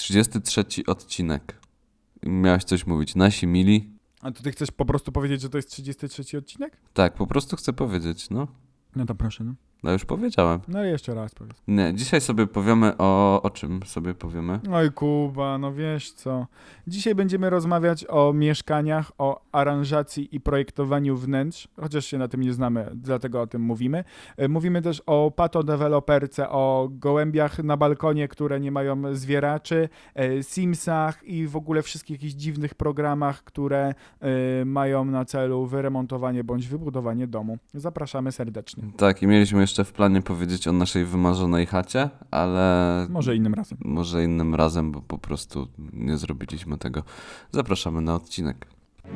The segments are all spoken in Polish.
33 odcinek. Miałeś coś mówić. Nasi mili. A to ty chcesz po prostu powiedzieć, że to jest 33 odcinek? Tak, po prostu chcę powiedzieć, no. No to proszę, no. No już powiedziałem. No i jeszcze raz powiedz. Nie, dzisiaj sobie powiemy o czym sobie powiemy? Oj Kuba, no wiesz co. Dzisiaj będziemy rozmawiać o mieszkaniach, o aranżacji i projektowaniu wnętrz, chociaż się na tym nie znamy, dlatego o tym mówimy. Mówimy też o patodeweloperce, o gołębiach na balkonie, które nie mają zwieraczy, Simsach i w ogóle wszystkich jakichś dziwnych programach, które mają na celu wyremontowanie bądź wybudowanie domu. Zapraszamy serdecznie. Tak, i mieliśmy jeszcze w planie powiedzieć o naszej wymarzonej chacie, ale... Może innym razem. Może innym razem, bo po prostu nie zrobiliśmy tego. Zapraszamy na odcinek.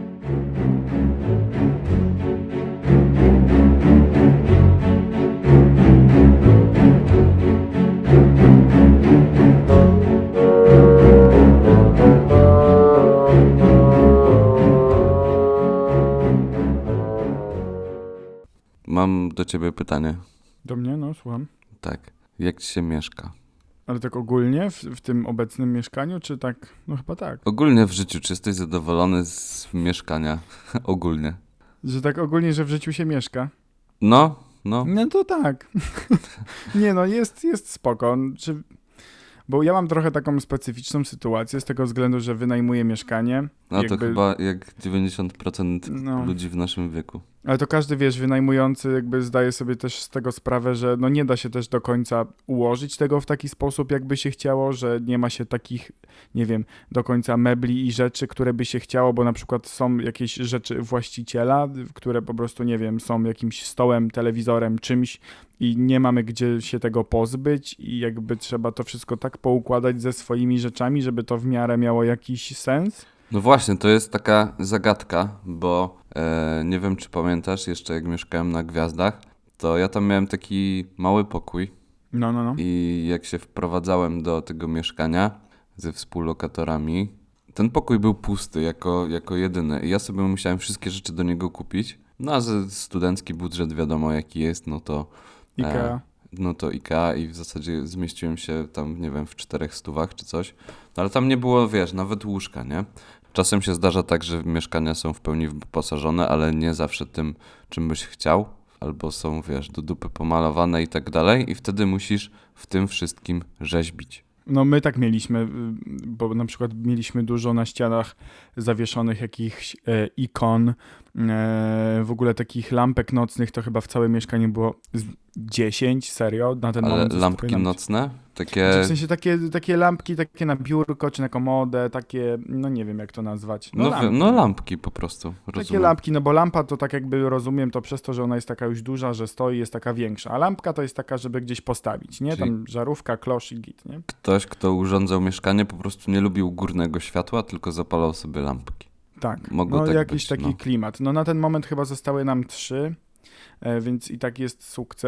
Mam do ciebie pytanie. Do mnie? No, słucham. Tak. Jak ci się mieszka? Ale tak ogólnie w tym obecnym mieszkaniu, czy tak? No chyba tak. Ogólnie w życiu, czy jesteś zadowolony z mieszkania? Ogólnie. Że tak ogólnie, że w życiu się mieszka? No. No to tak. Nie no, jest spoko. Bo ja mam trochę taką specyficzną sytuację z tego względu, że wynajmuję mieszkanie. No to chyba jak 90% ludzi w naszym wieku. Ale to każdy, wiesz, wynajmujący jakby zdaje sobie też z tego sprawę, że no nie da się też do końca ułożyć tego w taki sposób, jakby się chciało, że nie ma się takich, nie wiem, do końca mebli i rzeczy, które by się chciało, bo na przykład są jakieś rzeczy właściciela, które po prostu, nie wiem, są jakimś stołem, telewizorem, czymś i nie mamy gdzie się tego pozbyć i jakby trzeba to wszystko tak poukładać ze swoimi rzeczami, żeby to w miarę miało jakiś sens. No właśnie, to jest taka zagadka, bo nie wiem, czy pamiętasz, jeszcze jak mieszkałem na Gwiazdach, to ja tam miałem taki mały pokój. No. I jak się wprowadzałem do tego mieszkania ze współlokatorami, ten pokój był pusty jako jedyny. I ja sobie musiałem wszystkie rzeczy do niego kupić. No a że studencki budżet wiadomo jaki jest, no to... IKEA. No to IKEA i w zasadzie zmieściłem się tam, nie wiem, w 400 czy coś. No ale tam nie było, wiesz, nawet łóżka, nie? Czasem się zdarza tak, że mieszkania są w pełni wyposażone, ale nie zawsze tym, czym byś chciał. Albo są, wiesz, do dupy pomalowane i tak dalej. I wtedy musisz w tym wszystkim rzeźbić. No my tak mieliśmy, bo na przykład mieliśmy dużo na ścianach zawieszonych jakichś ikon, w ogóle takich lampek nocnych, to chyba w całym mieszkaniu było 10, serio, na ten ale moment. Lampki nocne? Takie... Znaczy, w sensie takie lampki, takie na biurko czy na komodę, takie, no nie wiem jak to nazwać. No lampki po prostu, rozumiem. Takie lampki, no bo lampa to tak jakby rozumiem to przez to, że ona jest taka już duża, że stoi, jest taka większa, a lampka to jest taka, żeby gdzieś postawić, nie? Czyli tam żarówka, klosz i git, nie? Ktoś, kto urządzał mieszkanie, po prostu nie lubił górnego światła, tylko zapalał sobie lampki. Tak, Mogło no tak jakiś być, taki no. klimat. No na ten moment chyba zostały nam 3, więc i tak jest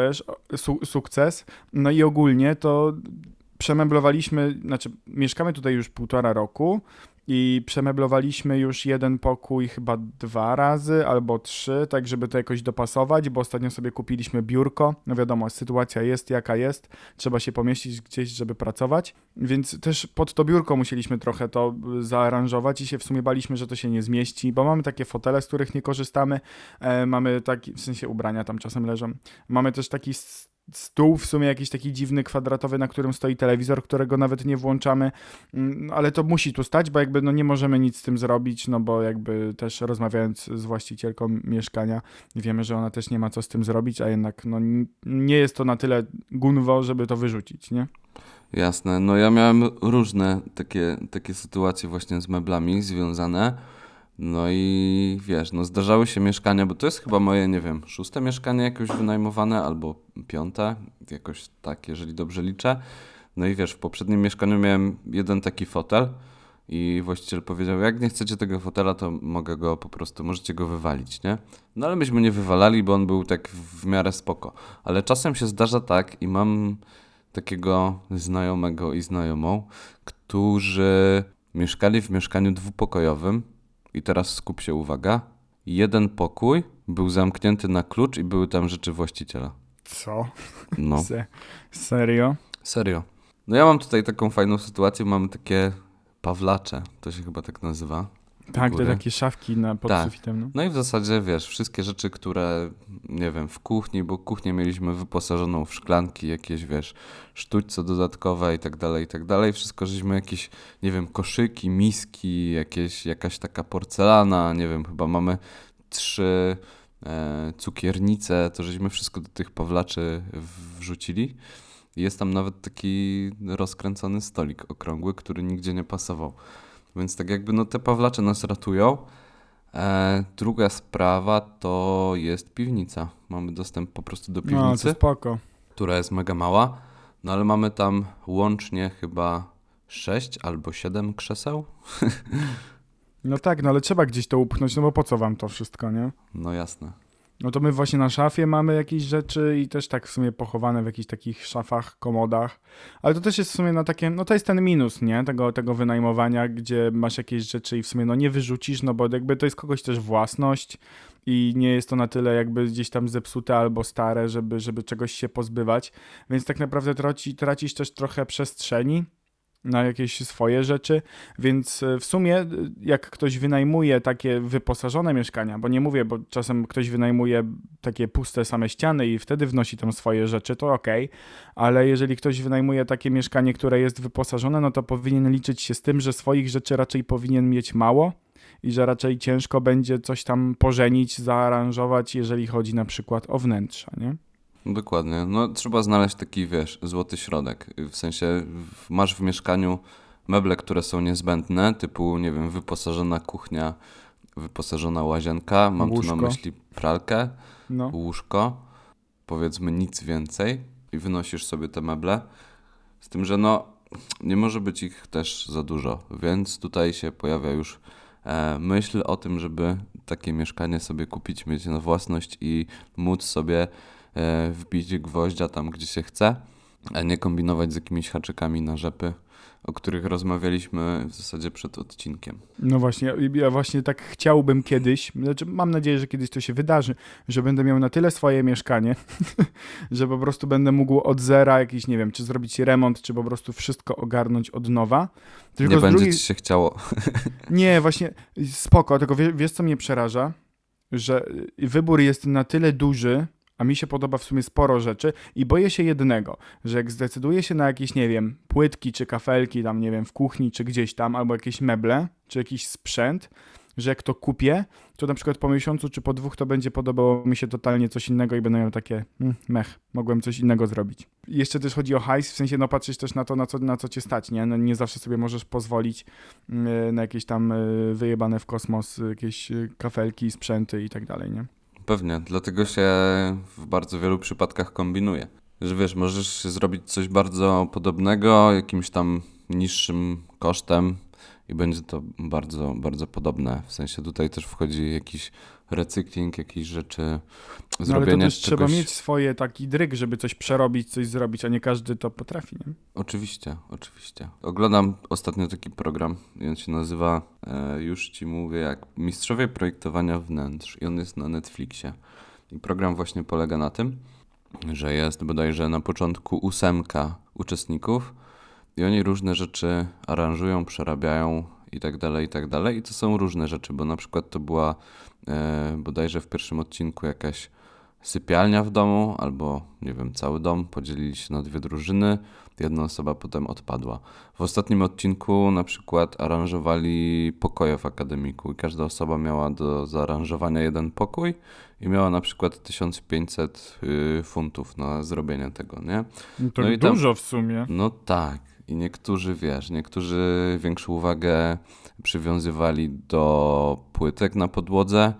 sukces. No i ogólnie to przemeblowaliśmy, znaczy mieszkamy tutaj już 1,5 roku i przemeblowaliśmy już jeden pokój chyba 2 razy albo 3, tak żeby to jakoś dopasować, bo ostatnio sobie kupiliśmy biurko. No wiadomo, sytuacja jest jaka jest, trzeba się pomieścić gdzieś, żeby pracować, więc też pod to biurko musieliśmy trochę to zaaranżować i się w sumie baliśmy, że to się nie zmieści, bo mamy takie fotele, z których nie korzystamy, mamy taki, w sensie ubrania tam czasem leżą, mamy też taki stół w sumie jakiś taki dziwny, kwadratowy, na którym stoi telewizor, którego nawet nie włączamy, ale to musi tu stać, bo jakby no nie możemy nic z tym zrobić, no bo jakby też rozmawiając z właścicielką mieszkania, wiemy, że ona też nie ma co z tym zrobić, a jednak no nie jest to na tyle gunwo, żeby to wyrzucić, nie? Jasne, no ja miałem różne takie sytuacje właśnie z meblami związane. No i wiesz, no zdarzały się mieszkania, bo to jest chyba moje, nie wiem, 6. mieszkanie jakoś wynajmowane, albo 5, jakoś tak, jeżeli dobrze liczę. No i wiesz, w poprzednim mieszkaniu miałem jeden taki fotel i właściciel powiedział, jak nie chcecie tego fotela, to mogę go po prostu, możecie go wywalić, nie? No ale myśmy nie wywalali, bo on był tak w miarę spoko. Ale czasem się zdarza tak i mam takiego znajomego i znajomą, którzy mieszkali w mieszkaniu dwupokojowym. I teraz skup się, uwaga. Jeden pokój był zamknięty na klucz i były tam rzeczy właściciela. Co? No. Serio? Serio. No ja mam tutaj taką fajną sytuację, mamy takie pawlacze, to się chyba tak nazywa. Tak, te góry. takie szafki pod Tak. sufitem. No. No i w zasadzie, wiesz, wszystkie rzeczy, które, nie wiem, w kuchni, bo kuchnię mieliśmy wyposażoną w szklanki, jakieś, wiesz, sztućce dodatkowe i tak dalej. Wszystko, żeśmy jakieś, nie wiem, koszyki, miski, jakaś taka porcelana, nie wiem, chyba mamy 3 cukiernice, to żeśmy wszystko do tych pawlaczy wrzucili. Jest tam nawet taki rozkręcony stolik okrągły, który nigdzie nie pasował. Więc tak jakby no te pawlacze nas ratują. Druga sprawa to jest piwnica. Mamy dostęp po prostu do No, to piwnicy, spoko. która jest mega mała, no ale mamy tam łącznie chyba 6 albo 7 krzeseł. No tak, no ale trzeba gdzieś to upchnąć, no bo po co wam to wszystko, nie? No jasne. No to my właśnie na szafie mamy jakieś rzeczy i też tak w sumie pochowane w jakichś takich szafach, komodach. Ale to też jest w sumie na takie, no to jest ten minus, nie? Tego wynajmowania, gdzie masz jakieś rzeczy i w sumie no nie wyrzucisz, no bo jakby to jest kogoś też własność i nie jest to na tyle jakby gdzieś tam zepsute albo stare, żeby czegoś się pozbywać. Więc tak naprawdę tracisz też trochę przestrzeni na jakieś swoje rzeczy, więc w sumie jak ktoś wynajmuje takie wyposażone mieszkania, bo nie mówię, bo czasem ktoś wynajmuje takie puste same ściany i wtedy wnosi tam swoje rzeczy, to okej, ale jeżeli ktoś wynajmuje takie mieszkanie, które jest wyposażone, no to powinien liczyć się z tym, że swoich rzeczy raczej powinien mieć mało i że raczej ciężko będzie coś tam pożenić, zaaranżować, jeżeli chodzi na przykład o wnętrza, nie? Dokładnie. No trzeba znaleźć taki, wiesz, złoty środek. W sensie masz w mieszkaniu meble, które są niezbędne, typu, nie wiem, wyposażona kuchnia, wyposażona łazienka, mam tu na Łóżko. myśli pralkę, No. łóżko, powiedzmy nic więcej i wynosisz sobie te meble. Z tym, że no nie może być ich też za dużo, więc tutaj się pojawia już myśl o tym, żeby takie mieszkanie sobie kupić, mieć na własność i móc sobie wbić gwoździa tam, gdzie się chce, a nie kombinować z jakimiś haczykami na rzepy, o których rozmawialiśmy w zasadzie przed odcinkiem. No właśnie, ja właśnie tak chciałbym kiedyś, znaczy mam nadzieję, że kiedyś to się wydarzy, że będę miał na tyle swoje mieszkanie, że po prostu będę mógł od zera jakiś, nie wiem, czy zrobić remont, czy po prostu wszystko ogarnąć od nowa. Tylko Nie z będzie drugiej... ci się chciało. Nie, właśnie spoko, tylko wiesz co mnie przeraża? Że wybór jest na tyle duży, a mi się podoba w sumie sporo rzeczy i boję się jednego, że jak zdecyduję się na jakieś, nie wiem, płytki czy kafelki tam, nie wiem, w kuchni czy gdzieś tam, albo jakieś meble, czy jakiś sprzęt, że jak to kupię, to na przykład po miesiącu czy po 2 to będzie podobało mi się totalnie coś innego i będę miał takie mech, mogłem coś innego zrobić. I jeszcze też chodzi o hajs, w sensie no patrzysz też na to, na co cię stać, nie? No, nie zawsze sobie możesz pozwolić na jakieś tam wyjebane w kosmos jakieś kafelki, sprzęty i tak dalej, nie? Pewnie, dlatego się w bardzo wielu przypadkach kombinuje. Że wiesz, możesz zrobić coś bardzo podobnego, jakimś tam niższym kosztem i będzie to bardzo, bardzo podobne. W sensie tutaj też wchodzi jakiś recykling, jakieś rzeczy, No ale to zrobienie też trzeba czegoś... mieć swoje taki dryg, żeby coś przerobić, coś zrobić, a nie każdy to potrafi, nie? Oczywiście, oczywiście. Oglądam ostatnio taki program i on się nazywa, już ci mówię jak, Mistrzowie Projektowania Wnętrz i on jest na Netflixie. I program właśnie polega na tym, że jest bodajże na początku 8 uczestników i oni różne rzeczy aranżują, przerabiają i tak dalej, i tak dalej. I to są różne rzeczy, bo na przykład to była bodajże w pierwszym odcinku jakaś sypialnia w domu, albo nie wiem, cały dom, podzielili się na 2 drużyny, jedna osoba potem odpadła. W ostatnim odcinku na przykład aranżowali pokoje w akademiku i każda osoba miała do zaaranżowania 1 pokój i miała na przykład 1500 funtów na zrobienie tego, nie? To No i tam- dużo w sumie. No tak. I niektórzy, wiesz, niektórzy większą uwagę przywiązywali do płytek na podłodze,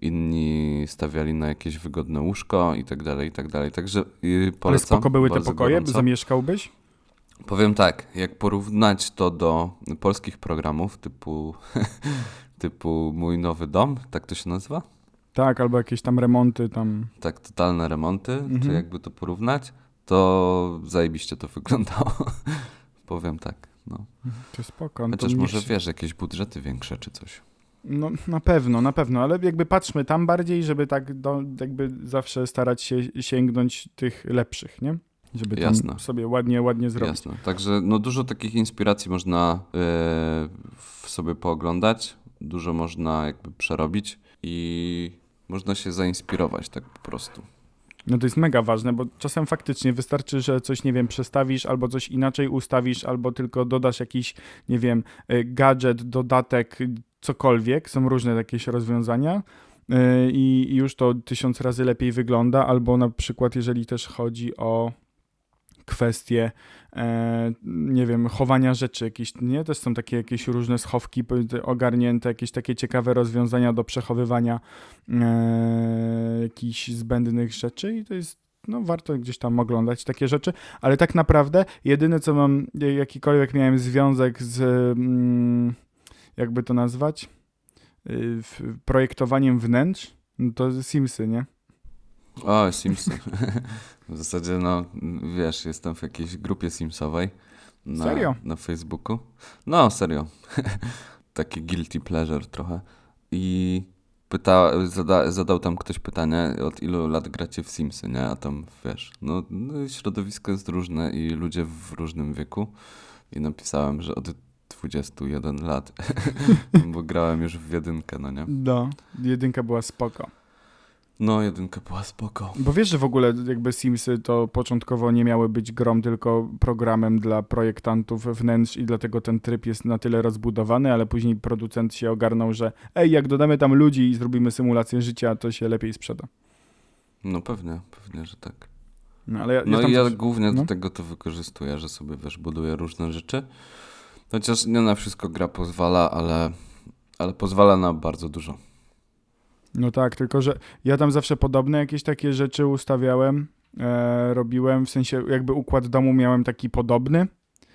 inni stawiali na jakieś wygodne łóżko i tak dalej, i tak dalej. Także Ale polecam spoko były te bardzo pokoje? gorąco. Zamieszkałbyś? Powiem tak, jak porównać to do polskich programów typu Mój Nowy Dom, tak to się nazywa? Tak, albo jakieś tam remonty tam. Tak, totalne remonty, Mhm. czy jakby to porównać, to zajebiście to wyglądało. Powiem tak, no. To spoko. No to Chociaż niech może się- wiesz, jakieś budżety większe czy coś. No na pewno, ale jakby patrzmy tam bardziej, żeby tak jakby zawsze starać się sięgnąć tych lepszych, nie? żeby tam Jasne. sobie ładnie zrobić. Jasne. Także no, dużo takich inspiracji można w sobie pooglądać, dużo można jakby przerobić i można się zainspirować tak po prostu. No to jest mega ważne, bo czasem faktycznie wystarczy, że coś, nie wiem, przestawisz, albo coś inaczej ustawisz, albo tylko dodasz jakiś, nie wiem, gadżet, dodatek, cokolwiek. Są różne jakieś rozwiązania i już to 1000 razy lepiej wygląda, albo na przykład jeżeli też chodzi o kwestie, nie wiem, chowania rzeczy jakieś, nie? Też są takie jakieś różne schowki ogarnięte, jakieś takie ciekawe rozwiązania do przechowywania jakichś zbędnych rzeczy i to jest, no warto gdzieś tam oglądać takie rzeczy, ale tak naprawdę jedyne co mam, jakikolwiek miałem związek z, jakby to nazwać, projektowaniem wnętrz, no to Simsy, nie? O, Simsy. W zasadzie, no, wiesz, jestem w jakiejś grupie Simsowej. Serio? Na Facebooku. No, serio. Taki guilty pleasure trochę. I zadał tam ktoś pytanie, od ilu lat gracie w Simsy, nie? A tam, wiesz, no środowisko jest różne i ludzie w różnym wieku. I napisałem, że od 21 lat, bo grałem już w jedynkę, no nie? No, jedynka była spoko. No, jedynka była spoko. Bo wiesz, że w ogóle jakby Simsy to początkowo nie miały być grą, tylko programem dla projektantów wnętrz i dlatego ten tryb jest na tyle rozbudowany, ale później producent się ogarnął, że jak dodamy tam ludzi i zrobimy symulację życia, to się lepiej sprzeda. No pewnie, że tak. No, ale ja głównie do tego to wykorzystuję, że sobie, wiesz, buduję różne rzeczy. Chociaż nie na wszystko gra pozwala, ale pozwala na bardzo dużo. No tak, tylko że ja tam zawsze podobne jakieś takie rzeczy ustawiałem, robiłem, w sensie jakby układ domu miałem taki podobny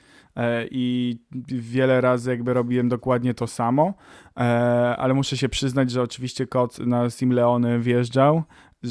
i wiele razy jakby robiłem dokładnie to samo, ale muszę się przyznać, że oczywiście kot na Simleony wjeżdżał,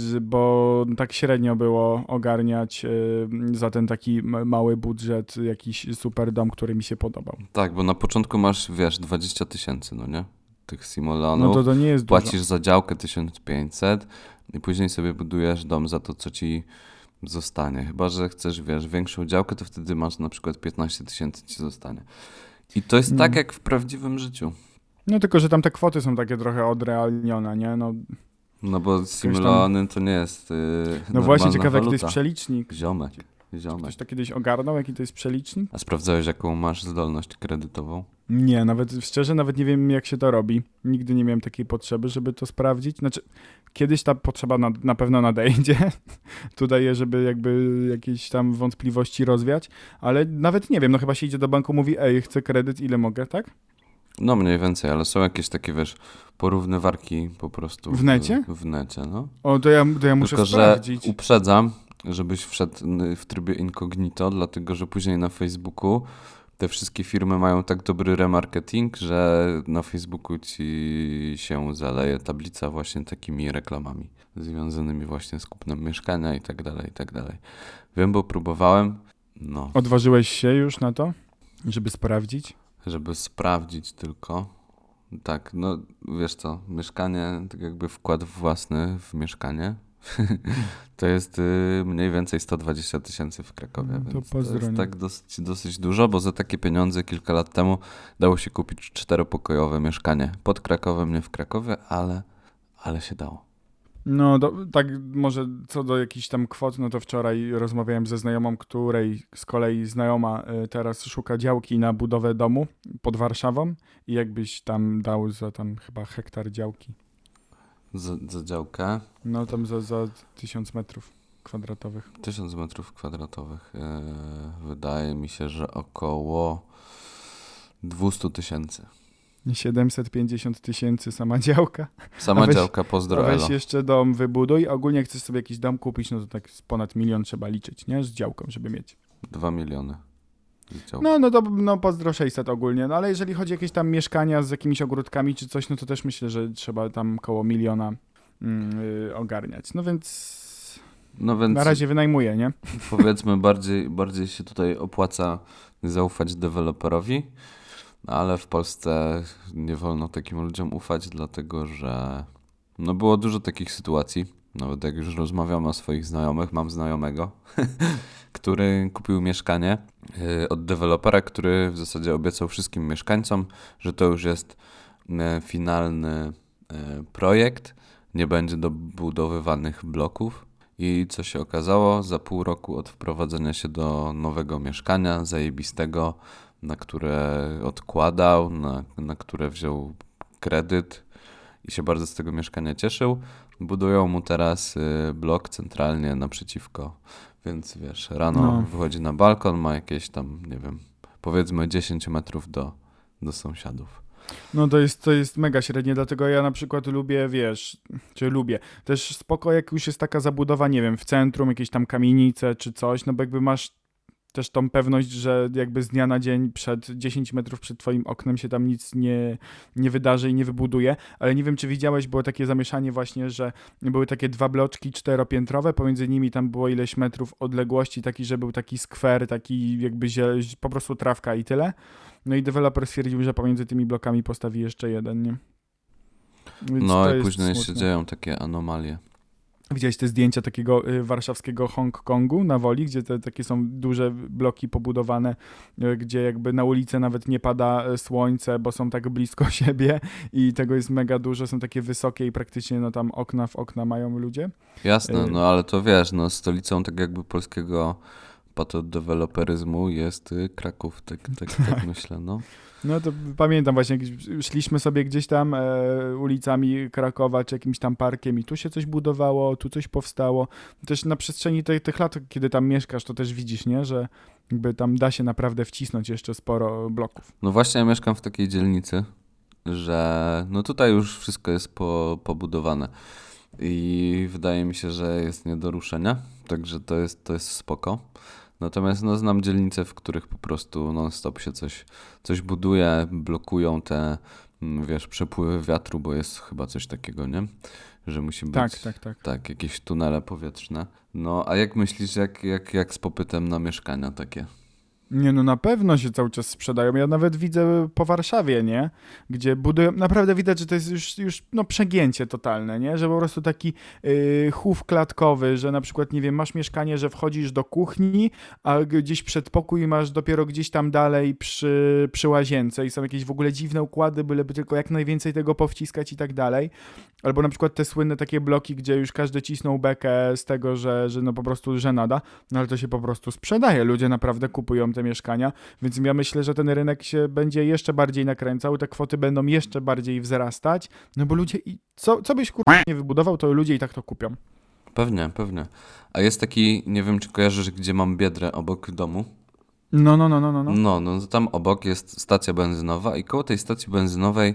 bo tak średnio było ogarniać za ten taki mały budżet jakiś super dom, który mi się podobał. Tak, bo na początku masz, wiesz, 20 000, no nie? Tych Simleonów. No to nie jest płacisz dużo. za działkę 1500 i później sobie budujesz dom za to, co ci zostanie. Chyba że chcesz, wiesz, większą działkę, to wtedy masz na przykład 15 000 ci zostanie. I to jest tak jak w prawdziwym życiu. No tylko, że tam te kwoty są takie trochę odrealnione, nie? No bo Simleony to nie jest No właśnie, ciekawe jaki to waluta. jest przelicznik. Ziomek. Ktoś to kiedyś ogarnął, jaki to jest przelicznik? A sprawdzałeś, jaką masz zdolność kredytową? Nie, szczerze nawet nie wiem jak się to robi. Nigdy nie miałem takiej potrzeby, żeby to sprawdzić. Znaczy, kiedyś ta potrzeba na pewno nadejdzie. Tu daję, żeby jakby jakieś tam wątpliwości rozwiać, ale nawet nie wiem, no chyba się idzie do banku, mówi chcę kredyt, ile mogę, tak? No mniej więcej, ale są jakieś takie, wiesz, porównywarki po prostu. W necie? W necie, no. O, to ja muszę Tylko, sprawdzić. że uprzedzam, żebyś wszedł w trybie incognito, dlatego, że później na Facebooku te wszystkie firmy mają tak dobry remarketing, że na Facebooku ci się zaleje tablica właśnie takimi reklamami związanymi właśnie z kupnem mieszkania i tak dalej, i tak dalej. Wiem, bo próbowałem, no, Odważyłeś się już na to, żeby sprawdzić? żeby sprawdzić tylko. Tak, no wiesz co, mieszkanie, tak jakby wkład własny w mieszkanie, to jest mniej więcej 120 000 w Krakowie, No to więc to pozdro, jest nie? tak dosyć dużo, bo za takie pieniądze kilka lat temu dało się kupić 4-pokojowe mieszkanie pod Krakowem, nie w Krakowie, ale się dało. No, tak może co do jakichś tam kwot, no to wczoraj rozmawiałem ze znajomą, której z kolei znajoma teraz szuka działki na budowę domu pod Warszawą i jakbyś tam dał za tam chyba hektar działki. Za działkę No tam za 1000 metrów kwadratowych. 1000 metrów kwadratowych, wydaje mi się, że około 200 000. 750 000 sama działka. Sama weź- działka, A pozdro weź elo. jeszcze dom wybuduj. Ogólnie jak chcesz sobie jakiś dom kupić, no to tak z ponad 1 000 000 trzeba liczyć, nie? Z działką, żeby mieć. 2 miliony. Działka. No pozdro 600 ogólnie, no ale jeżeli chodzi o jakieś tam mieszkania z jakimiś ogródkami czy coś, no to też myślę, że trzeba tam koło 1 000 000 ogarniać. No więc No więc na razie wynajmuję, nie? powiedzmy bardziej się tutaj opłaca zaufać deweloperowi, ale w Polsce nie wolno takim ludziom ufać, dlatego że no było dużo takich sytuacji, Nawet jak już rozmawiam o swoich znajomych, mam znajomego, który kupił mieszkanie od dewelopera, który w zasadzie obiecał wszystkim mieszkańcom, że to już jest finalny projekt, nie będzie dobudowywanych bloków. I co się okazało? Za pół roku od wprowadzenia się do nowego mieszkania, zajebistego, na które odkładał, na które wziął kredyt i się bardzo z tego mieszkania cieszył, budują mu teraz blok centralnie naprzeciwko. Więc wiesz, rano wychodzi na balkon, ma jakieś tam, nie wiem, powiedzmy 10 metrów do sąsiadów. No to jest mega średnie, dlatego ja na przykład lubię, wiesz, też spoko jak już jest taka zabudowa, nie wiem, w centrum, jakieś tam kamienice czy coś, no bo jakby masz też tą pewność, że jakby z dnia na dzień 10 metrów przed twoim oknem się tam nic nie wydarzy i nie wybuduje, ale nie wiem, czy widziałeś, było takie zamieszanie właśnie, że były takie 2 bloczki 4-piętrowe, pomiędzy nimi tam było ileś metrów odległości, taki, że był taki skwer, taki jakby po prostu trawka i tyle. No i deweloper stwierdził, że pomiędzy tymi blokami postawi jeszcze jeden, nie? Więc No to i jest później się smutne. dzieją takie anomalie. Widziałeś te zdjęcia takiego warszawskiego Hongkongu na Woli, gdzie takie są duże bloki pobudowane, gdzie jakby na ulicę nawet nie pada słońce, bo są tak blisko siebie i tego jest mega dużo, są takie wysokie i praktycznie no tam okna w okna mają ludzie. Jasne, no ale to wiesz, no stolicą tak jakby polskiego patodeweloperyzmu jest Kraków, tak myślę, no. No to pamiętam właśnie, jak szliśmy sobie gdzieś tam ulicami Krakowa, czy jakimś tam parkiem i tu się coś budowało, tu coś powstało. Też na przestrzeni tych lat, kiedy tam mieszkasz, to też widzisz, nie? Że jakby tam da się naprawdę wcisnąć jeszcze sporo bloków. No właśnie ja mieszkam w takiej dzielnicy, że no tutaj już wszystko jest pobudowane i wydaje mi się, że jest nie do ruszenia, także to jest spoko. Natomiast no, znam dzielnice, w których po prostu non-stop się coś buduje, blokują te, wiesz, przepływy wiatru, bo jest chyba coś takiego, nie? Że musi być Tak. jakieś tunele powietrzne. No a jak myślisz, jak z popytem na mieszkania takie? Nie, no na pewno się cały czas sprzedają. Ja nawet widzę po Warszawie, nie? Gdzie budują, naprawdę widać, że to jest już no przegięcie totalne, nie? Że po prostu taki chów klatkowy, że na przykład, nie wiem, masz mieszkanie, że wchodzisz do kuchni, a gdzieś przedpokój masz dopiero gdzieś tam dalej przy łazience i są jakieś w ogóle dziwne układy, byleby tylko jak najwięcej tego powciskać i tak dalej. Albo na przykład te słynne takie bloki, gdzie już każdy cisnął bekę z tego, że no po prostu żenada, no ale to się po prostu sprzedaje. Ludzie naprawdę kupują te mieszkania, więc ja myślę, że ten rynek się będzie jeszcze bardziej nakręcał, te kwoty będą jeszcze bardziej wzrastać, no bo ludzie, co byś nie wybudował, to ludzie i tak to kupią. Pewnie. A jest taki, nie wiem czy kojarzysz, gdzie mam Biedrę obok domu? No. No to tam obok jest stacja benzynowa i koło tej stacji benzynowej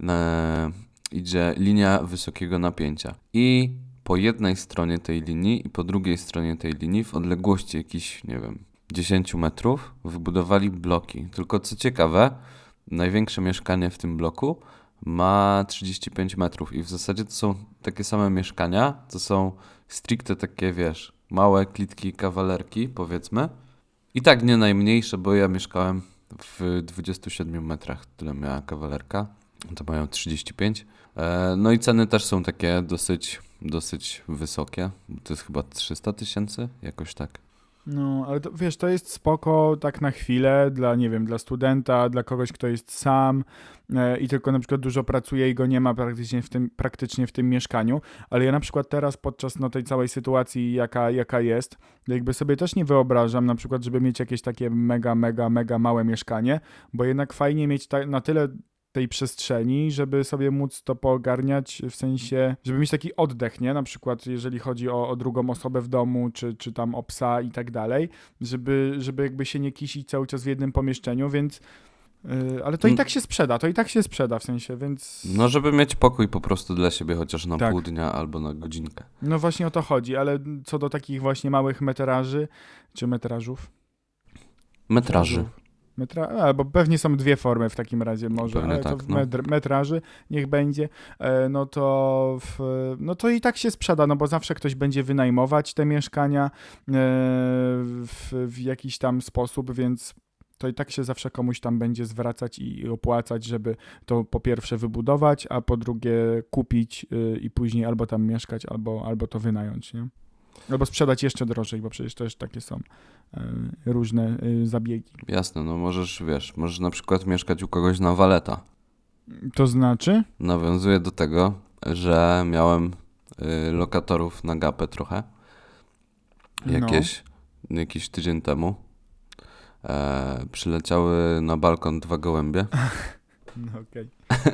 idzie linia wysokiego napięcia. I po jednej stronie tej linii i po drugiej stronie tej linii w odległości jakichś, nie wiem, 10 metrów wybudowali bloki. Tylko co ciekawe, największe mieszkanie w tym bloku ma 35 metrów i w zasadzie to są takie same mieszkania, to są stricte takie, wiesz, małe klitki kawalerki, powiedzmy. I tak nie najmniejsze, bo ja mieszkałem w 27 metrach, tyle miała kawalerka, to mają 35. No i ceny też są takie dosyć wysokie, to jest chyba 300 000, jakoś tak. No, ale to, wiesz, to jest spoko tak na chwilę dla, nie wiem, dla studenta, dla kogoś, kto jest sam i tylko na przykład dużo pracuje i go nie ma praktycznie w tym mieszkaniu, ale ja na przykład teraz podczas no, tej całej sytuacji, jaka jest, jakby sobie też nie wyobrażam na przykład, żeby mieć jakieś takie mega małe mieszkanie, bo jednak fajnie mieć na tyle tej przestrzeni, żeby sobie móc to poogarniać, w sensie, żeby mieć taki oddech, nie? Na przykład jeżeli chodzi o drugą osobę w domu, czy tam o psa i tak dalej, żeby jakby się nie kisić cały czas w jednym pomieszczeniu, więc ale to i tak się sprzeda w sensie, więc... No żeby mieć pokój po prostu dla siebie chociaż na Tak. pół dnia albo na godzinkę. No właśnie o to chodzi, ale co do takich właśnie małych metraży, czy metrażów? Metraży. Albo pewnie są dwie formy w takim razie może, Pewnie ale tak, to w no. metraży niech będzie, no to i tak się sprzeda, no bo zawsze ktoś będzie wynajmować te mieszkania w jakiś tam sposób, więc to i tak się zawsze komuś tam będzie zwracać i opłacać, żeby to po pierwsze wybudować, a po drugie kupić i później albo tam mieszkać, albo to wynająć, nie? Albo sprzedać jeszcze drożej, bo przecież też takie są różne zabiegi. Jasne, no możesz na przykład mieszkać u kogoś na waleta. To znaczy? Nawiązuję do tego, że miałem lokatorów na gapę trochę. Jakiś tydzień temu. Przyleciały na balkon 2 gołębie. No okej.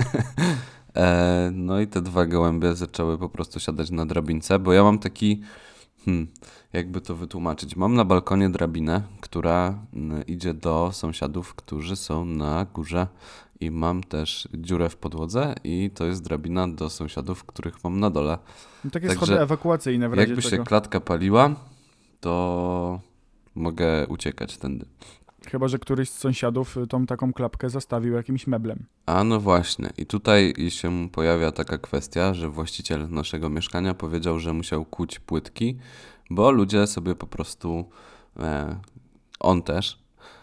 No i te 2 gołębie zaczęły po prostu siadać na drabince, bo ja mam taki, jakby to wytłumaczyć, mam na balkonie drabinę, która idzie do sąsiadów, którzy są na górze i mam też dziurę w podłodze i to jest drabina do sąsiadów, których mam na dole. No takie Także schody ewakuacyjne w razie jakby czego. się klatka paliła, to mogę uciekać tędy. Chyba, że któryś z sąsiadów tą taką klapkę zastawił jakimś meblem. A no właśnie, i tutaj się pojawia taka kwestia, że właściciel naszego mieszkania powiedział, że musiał kuć płytki, bo ludzie sobie po prostu, on też,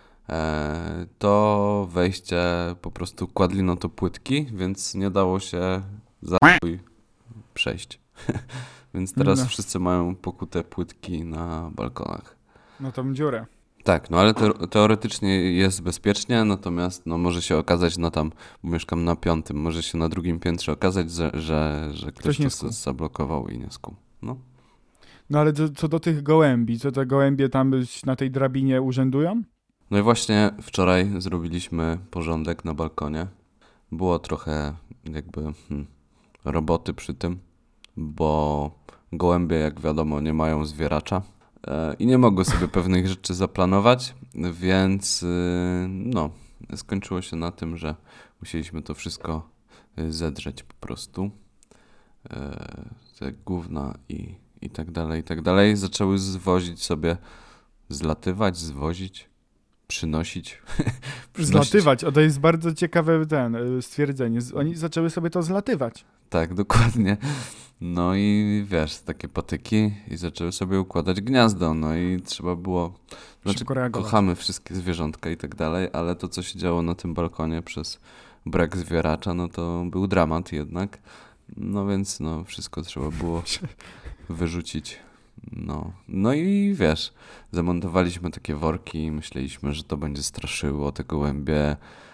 to wejście po prostu kładli na to płytki, więc nie dało się przejść. Więc teraz No. wszyscy mają pokute płytki na balkonach. No tą dziurę. Tak, no ale teoretycznie jest bezpiecznie, natomiast no, może się okazać bo mieszkam na 5, może się na 2 piętrze okazać, że ktoś nie to skuł. zablokował i nie skuł. No. No ale co do tych gołębi, co te gołębie tam na tej drabinie urzędują? No i właśnie wczoraj zrobiliśmy porządek na balkonie. Było trochę jakby roboty przy tym, bo gołębie, jak wiadomo, nie mają zwieracza i nie mogły sobie pewnych rzeczy zaplanować, więc no, skończyło się na tym, że musieliśmy to wszystko zedrzeć po prostu. Te gówna i tak dalej, i tak dalej. Zaczęły zwozić, przynosić. Zlatywać, to jest bardzo ciekawe stwierdzenie. Oni zaczęły sobie to zlatywać. Tak, dokładnie. No i wiesz, takie patyki i zaczęły sobie układać gniazdo, no i trzeba było, Szybko reagować. kochamy wszystkie zwierzątka i tak dalej, ale to, co się działo na tym balkonie przez brak zwieracza, no to był dramat jednak, no więc no wszystko trzeba było wyrzucić. No i wiesz, zamontowaliśmy takie worki i myśleliśmy, że to będzie straszyło te gołębie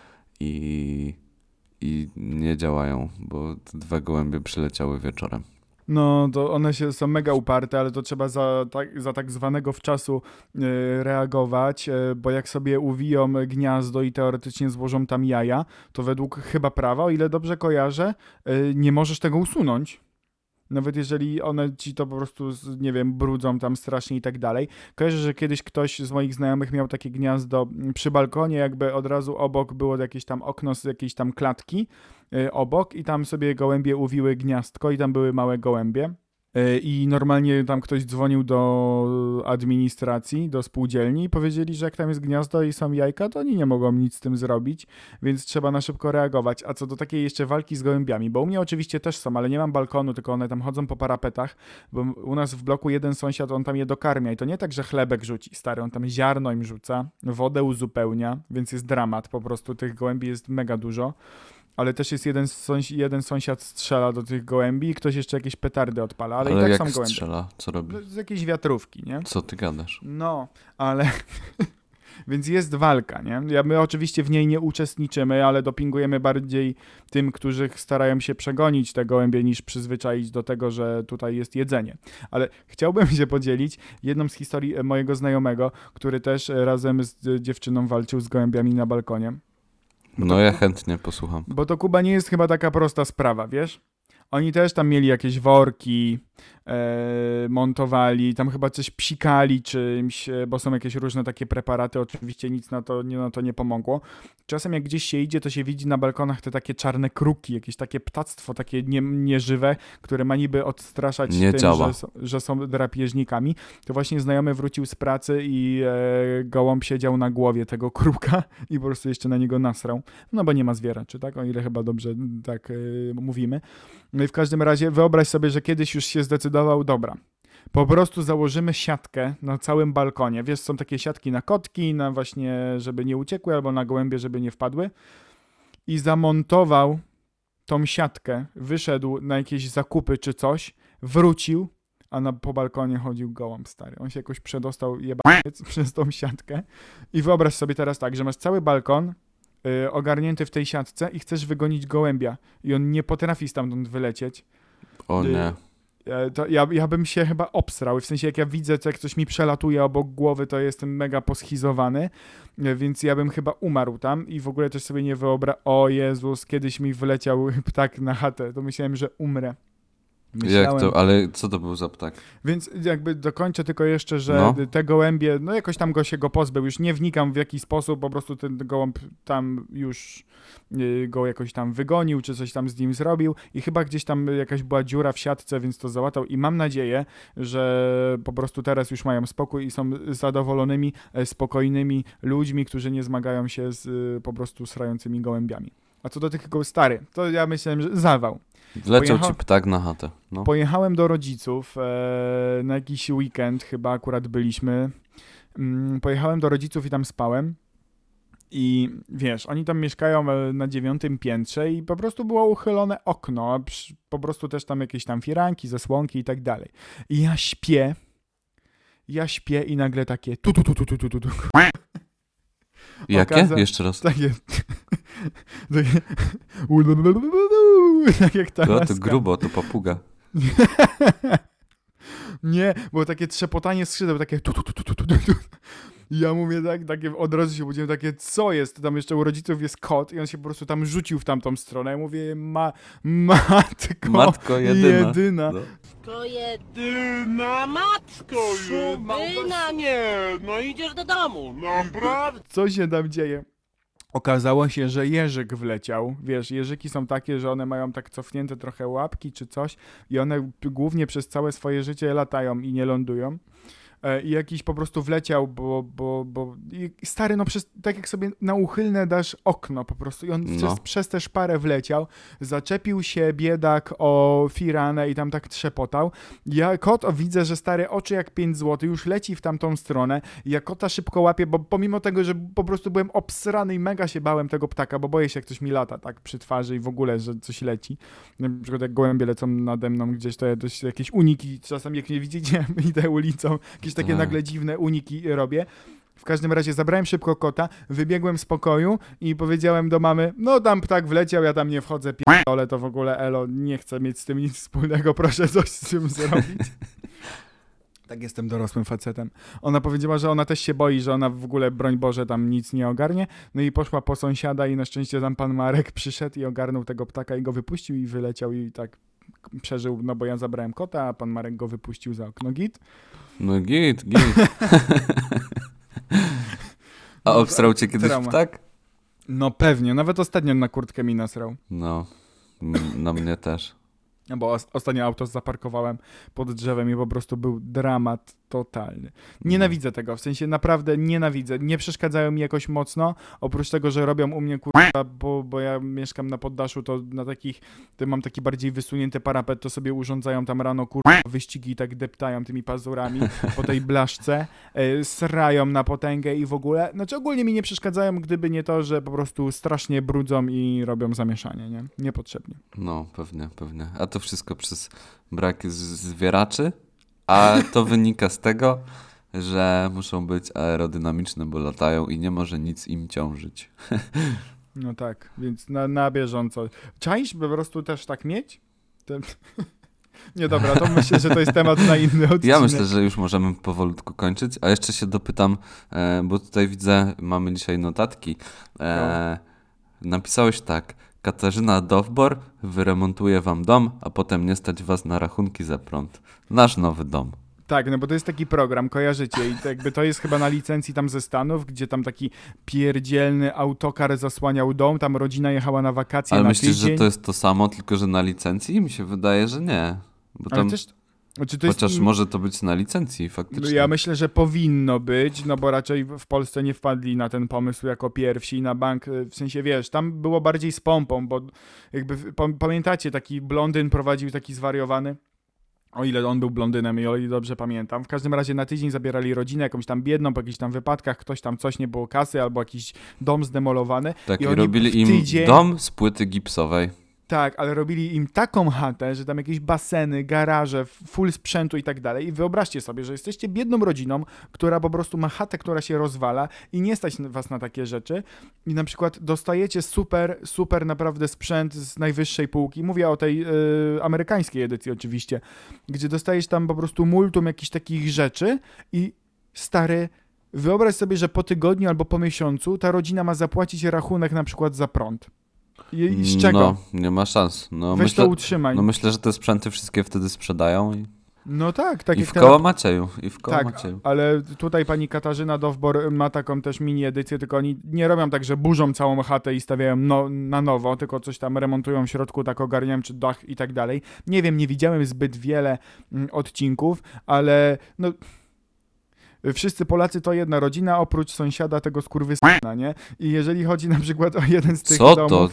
i nie działają, bo te 2 gołębie przyleciały wieczorem. No, to one są mega uparte, ale to trzeba za tak zwanego wczasu reagować, bo jak sobie uwiją gniazdo i teoretycznie złożą tam jaja, to według chyba prawa, o ile dobrze kojarzę, nie możesz tego usunąć. Nawet jeżeli one ci to po prostu, nie wiem, brudzą tam strasznie i tak dalej. Kojarzę, że kiedyś ktoś z moich znajomych miał takie gniazdo przy balkonie, jakby od razu obok było jakieś tam okno z jakiejś tam klatki obok i tam sobie gołębie uwiły gniazdko i tam były małe gołębie. I normalnie tam ktoś dzwonił do administracji, do spółdzielni i powiedzieli, że jak tam jest gniazdo i są jajka, to oni nie mogą nic z tym zrobić, więc trzeba na szybko reagować. A co do takiej jeszcze walki z gołębiami, bo u mnie oczywiście też są, ale nie mam balkonu, tylko one tam chodzą po parapetach, bo u nas w bloku jeden sąsiad, on tam je dokarmia i to nie tak, że chlebek rzuci, stary, on tam ziarno im rzuca, wodę uzupełnia, więc jest dramat, po prostu tych gołębi jest mega dużo. Ale też jest jeden sąsiad strzela do tych gołębi i ktoś jeszcze jakieś petardy odpala, ale i tak jak są gołębie. strzela? Co robi? Z jakiejś wiatrówki, nie? Co ty gadasz? No, ale... Więc jest walka, nie? My oczywiście w niej nie uczestniczymy, ale dopingujemy bardziej tym, którzy starają się przegonić te gołębie, niż przyzwyczaić do tego, że tutaj jest jedzenie. Ale chciałbym się podzielić jedną z historii mojego znajomego, który też razem z dziewczyną walczył z gołębiami na balkonie. No ja chętnie posłucham. Bo to Kuba nie jest chyba taka prosta sprawa, wiesz? Oni też tam mieli jakieś worki, montowali, tam chyba coś psikali czymś, bo są jakieś różne takie preparaty, oczywiście nic na to nie pomogło. Czasem jak gdzieś się idzie, to się widzi na balkonach te takie czarne kruki, jakieś takie ptactwo, takie nieżywe, które ma niby odstraszać że są drapieżnikami. To właśnie znajomy wrócił z pracy i gołąb siedział na głowie tego kruka i po prostu jeszcze na niego nasrał. No bo nie ma zwieraczy, tak? O ile chyba dobrze tak mówimy. No i w każdym razie wyobraź sobie, że kiedyś już się zdecydował, dobra, Po prostu założymy siatkę na całym balkonie. Wiesz, są takie siatki na kotki, na właśnie, żeby nie uciekły, albo na gołębie, żeby nie wpadły. I zamontował tą siatkę, wyszedł na jakieś zakupy czy coś, wrócił, a po balkonie chodził gołąb stary. On się jakoś przedostał jebaniec przez tą siatkę. I wyobraź sobie teraz tak, że masz cały balkon ogarnięty w tej siatce i chcesz wygonić gołębia. I on nie potrafi stamtąd wylecieć. O nie. To ja bym się chyba obsrał. W sensie, jak ja widzę, jak coś mi przelatuje obok głowy, to jestem mega poschizowany, więc ja bym chyba umarł tam i w ogóle też sobie nie wyobrażam. O Jezus, kiedyś mi wyleciał ptak na chatę, to myślałem, że umrę. Jak to? Ale co to był za ptak? Więc jakby dokończę tylko jeszcze, że No. te gołębie, no jakoś tam się go pozbył. Już nie wnikam w jaki sposób, po prostu ten gołąb tam już go jakoś tam wygonił, czy coś tam z nim zrobił i chyba gdzieś tam jakaś była dziura w siatce, więc to załatał i mam nadzieję, że po prostu teraz już mają spokój i są zadowolonymi, spokojnymi ludźmi, którzy nie zmagają się z po prostu srającymi gołębiami. A co do tych stary, to ja myślałem, że zawał. Wleciał ci ptak na chatę. No. Pojechałem do rodziców na jakiś weekend, chyba akurat byliśmy. Pojechałem do rodziców i tam spałem. I wiesz, oni tam mieszkają na 9. piętrze i po prostu było uchylone okno, a po prostu też tam jakieś tam firanki, zasłonki i tak dalej. I ja śpię i nagle takie tu. Jakie? Jeszcze raz. Takie tak jak ta To laska. grubo, to papuga. Nie, było takie trzepotanie skrzydeł, takie tu. I ja mówię takie od razu się budziłem, takie co jest? Tam jeszcze u rodziców jest kot i on się po prostu tam rzucił w tamtą stronę. Ja mówię, Matko jedyna. No. To jedyna matko, jedyna nie, no idziesz do domu, naprawdę. Co się tam dzieje? Okazało się, że jeżyk wleciał. Wiesz, jeżyki są takie, że one mają tak cofnięte trochę łapki czy coś i one głównie przez całe swoje życie latają i nie lądują. I jakiś po prostu wleciał, bo i stary, no tak jak sobie na uchylne dasz okno po prostu i on przez tę szparę wleciał, zaczepił się biedak o firanę i tam tak trzepotał. Ja widzę, że stary oczy jak 5 zł, już leci w tamtą stronę. Ja kota szybko łapię, bo pomimo tego, że po prostu byłem obsrany i mega się bałem tego ptaka, bo boję się jak coś mi lata tak przy twarzy i w ogóle, że coś leci. Na przykład jak gołębie lecą nade mną gdzieś, to jakieś uniki, czasem jak mnie widzicie, idę ulicą, jakieś takie nagle dziwne uniki robię. W każdym razie zabrałem szybko kota, wybiegłem z pokoju i powiedziałem do mamy, no tam ptak wleciał, ja tam nie wchodzę, ale to w ogóle elo, nie chcę mieć z tym nic wspólnego, proszę coś z tym zrobić. Tak, jestem dorosłym facetem. Ona powiedziała, że ona też się boi, że ona w ogóle, broń Boże, tam nic nie ogarnie. No i poszła po sąsiada i na szczęście tam pan Marek przyszedł i ogarnął tego ptaka i go wypuścił i wyleciał i tak przeżył, no bo ja zabrałem kota, a pan Marek go wypuścił za okno, git. No git. A obstrał cię kiedyś ptak? No pewnie, nawet ostatnio na kurtkę mi nasrał. No, na mnie też. No bo ostatnio auto zaparkowałem pod drzewem i po prostu był dramat totalny. Nienawidzę tego, w sensie naprawdę nienawidzę. Nie przeszkadzają mi jakoś mocno, oprócz tego, że robią u mnie bo ja mieszkam na poddaszu, to na takich, mam taki bardziej wysunięty parapet, to sobie urządzają tam rano wyścigi i tak deptają tymi pazurami po tej blaszce, srają na potęgę i w ogóle, znaczy ogólnie mi nie przeszkadzają, gdyby nie to, że po prostu strasznie brudzą i robią zamieszanie, nie? Niepotrzebnie. No, pewnie. A to wszystko przez brak zwieraczy? A to wynika z tego, że muszą być aerodynamiczne, bo latają i nie może nic im ciążyć. No tak, więc na bieżąco. Czaisz po prostu też tak mieć? Nie, dobra, to myślę, że to jest temat na inny odcinek. Ja myślę, że już możemy powolutku kończyć, a jeszcze się dopytam, bo tutaj widzę, mamy dzisiaj notatki. Napisałeś tak: Katarzyna Dowbor wyremontuje wam dom, a potem nie stać was na rachunki za prąd. Nasz nowy dom. Tak, no bo to jest taki program, kojarzycie, i to jakby to jest chyba na licencji tam ze Stanów, gdzie tam taki pierdzielny autokar zasłaniał dom, tam rodzina jechała na wakacje. Ale na myślisz, tydzień. że to jest to samo, tylko że na licencji? Mi się wydaje, że nie. Bo tam... Chociaż może to być na licencji faktycznie. Ja myślę, że powinno być, no bo raczej w Polsce nie wpadli na ten pomysł jako pierwsi na bank, w sensie wiesz, tam było bardziej z pompą, bo jakby pamiętacie, taki blondyn prowadził taki zwariowany O ile on był blondynem i o ile dobrze pamiętam. W każdym razie na tydzień zabierali rodzinę jakąś tam biedną, po jakichś tam wypadkach, ktoś tam coś, nie było kasy, albo jakiś dom zdemolowany. Tak, i oni robili w im tydzień- dom z płyty gipsowej. Tak, ale robili im taką chatę, że tam jakieś baseny, garaże, full sprzętu i tak dalej. I wyobraźcie sobie, że jesteście biedną rodziną, która po prostu ma chatę, która się rozwala i nie stać was na takie rzeczy. I na przykład dostajecie super naprawdę sprzęt z najwyższej półki. Mówię o tej amerykańskiej edycji oczywiście, gdzie dostajesz tam po prostu multum jakichś takich rzeczy i stary... Wyobraź sobie, że po tygodniu albo po miesiącu ta rodzina ma zapłacić rachunek na przykład za prąd. I z czego? No, nie ma szans. No, Weź to utrzymaj. no myślę, że te sprzęty wszystkie wtedy sprzedają No tak, tak i jak w koło Macieju. Tak, Macieju. ale tutaj pani Katarzyna Dowbor ma taką też mini edycję, tylko oni nie robią tak, że burzą całą chatę i stawiają na nowo, tylko coś tam remontują w środku, tak ogarniają, czy dach i tak dalej. Nie wiem, nie widziałem zbyt wiele odcinków, ale no... Wszyscy Polacy to jedna rodzina, oprócz sąsiada tego skurwysyna, nie? I jeżeli chodzi na przykład o jeden z tych domów...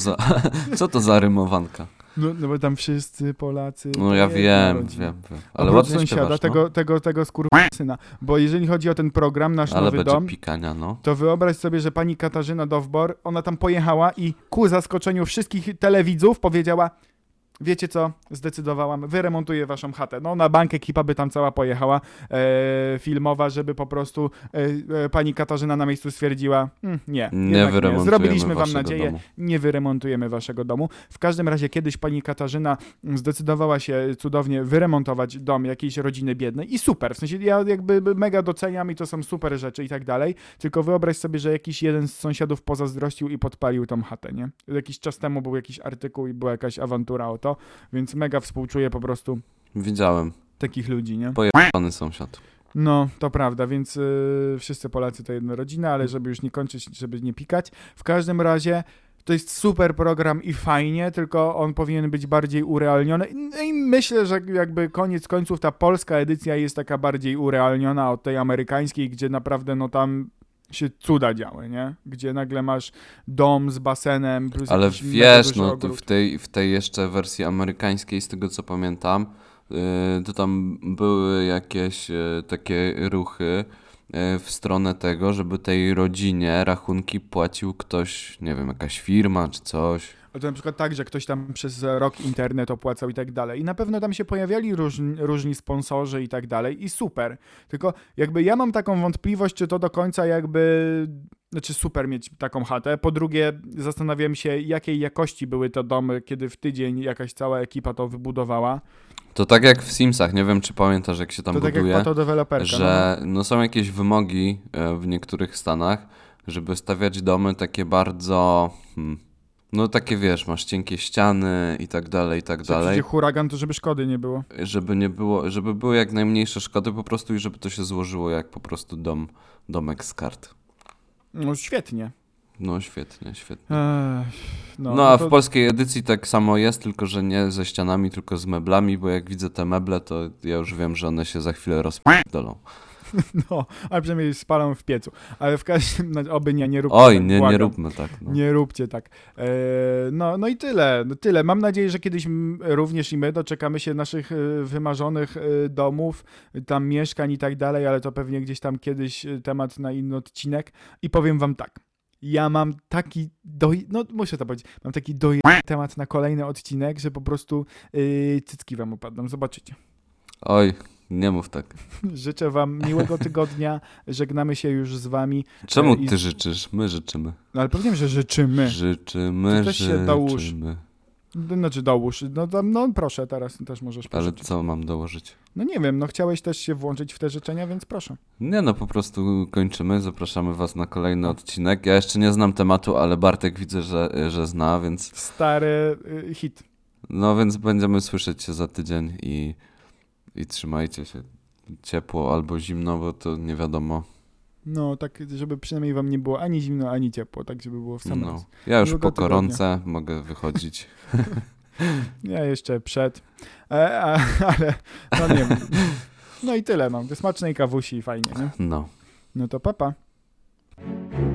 Co to za rymowanka? No bo tam wszyscy Polacy... No to ja jedna wiem. rodzina. Ale Oprócz ładnie sąsiada, śpiewasz, no. tego skurwysyna. Bo jeżeli chodzi o ten program, Nasz Ale Nowy będzie Dom, pikania, no. to wyobraź sobie, że pani Katarzyna Dowbor, ona tam pojechała i ku zaskoczeniu wszystkich telewidzów powiedziała: wiecie co, zdecydowałam, wyremontuję waszą chatę. No na bank ekipa by tam cała pojechała filmowa, żeby po prostu pani Katarzyna na miejscu stwierdziła: nie wyremontujemy zrobiliśmy wam waszego nadzieję, domu. nie wyremontujemy waszego domu. W każdym razie kiedyś pani Katarzyna zdecydowała się cudownie wyremontować dom jakiejś rodziny biednej i super, w sensie ja jakby mega doceniam i to są super rzeczy i tak dalej, tylko wyobraź sobie, że jakiś jeden z sąsiadów pozazdrościł i podpalił tą chatę, nie? Jakiś czas temu był jakiś artykuł i była jakaś awantura o to, więc mega współczuję po prostu Widziałem. takich ludzi, nie? Pojebany sąsiad. No, to prawda, więc wszyscy Polacy to jedna rodzina, ale żeby już nie kończyć, żeby nie pikać. W każdym razie to jest super program i fajnie, tylko on powinien być bardziej urealniony. No i myślę, że jakby koniec końców ta polska edycja jest taka bardziej urealniona od tej amerykańskiej, gdzie naprawdę no tam się cuda działy, nie? Gdzie nagle masz dom z basenem plus Ale jakiś mega wiesz, duży no to ogród. w tej jeszcze wersji amerykańskiej, z tego co pamiętam, to tam były jakieś takie ruchy w stronę tego, żeby tej rodzinie rachunki płacił ktoś, nie wiem, jakaś firma czy coś. Ale to na przykład tak, że ktoś tam przez rok internet opłacał i tak dalej. I na pewno tam się pojawiali różni sponsorzy i tak dalej i super. Tylko jakby ja mam taką wątpliwość, czy to do końca jakby... Znaczy super mieć taką chatę. Po drugie zastanawiam się, jakiej jakości były te domy, kiedy w tydzień jakaś cała ekipa to wybudowała. To tak jak w Simsach, nie wiem czy pamiętasz jak się tam To tak buduje, jak fotodeweloperka. że no są jakieś wymogi w niektórych stanach, żeby stawiać domy takie bardzo... No takie wiesz, masz cienkie ściany i tak dalej, i tak Że dalej. przyjdzie huragan, to żeby szkody nie było. Żeby nie było, żeby były jak najmniejsze szkody po prostu i żeby to się złożyło jak po prostu domek z kart. No świetnie. No świetnie, świetnie. No, A to- w polskiej edycji tak samo jest, tylko że nie ze ścianami, tylko z meblami, bo jak widzę te meble, to ja już wiem, że one się za chwilę rozpierdolą. No, ale przynajmniej spalą w piecu. Ale w każdym razie, oby nie róbcie Oj, tak, nie błagam. róbmy tak. No. Nie róbcie tak. No i tyle. No tyle. Mam nadzieję, że kiedyś również i my doczekamy się naszych wymarzonych domów, tam mieszkań i tak dalej, ale to pewnie gdzieś tam kiedyś temat na inny odcinek. I powiem wam tak. Ja mam taki no muszę to powiedzieć, mam taki temat na kolejny odcinek, że po prostu cycki wam upadną. Zobaczycie. Oj, nie mów tak. Życzę wam miłego tygodnia. Żegnamy się już z wami. Czemu i- ty życzysz? My życzymy. No ale powiedziałem, że życzymy. Życzymy, Ty też się dołóż. życzymy. Znaczy dołóż. No proszę, teraz też możesz Ale pożyczyć. co mam dołożyć? No nie wiem, no chciałeś też się włączyć w te życzenia, więc proszę. Nie no, po prostu kończymy. Zapraszamy was na kolejny odcinek. Ja jeszcze nie znam tematu, ale Bartek widzę, że zna, więc... Stary hit. No więc będziemy słyszeć się za tydzień i trzymajcie się ciepło albo zimno, bo to nie wiadomo. No tak, żeby przynajmniej wam nie było ani zimno, ani ciepło, tak żeby było w sam No. raz. Ja już Miłego po koronce mogę wychodzić. Ja jeszcze przed, ale no nie wiem. No i tyle mam. Smacznej kawusi i fajnie, nie? No. No to papa. Pa.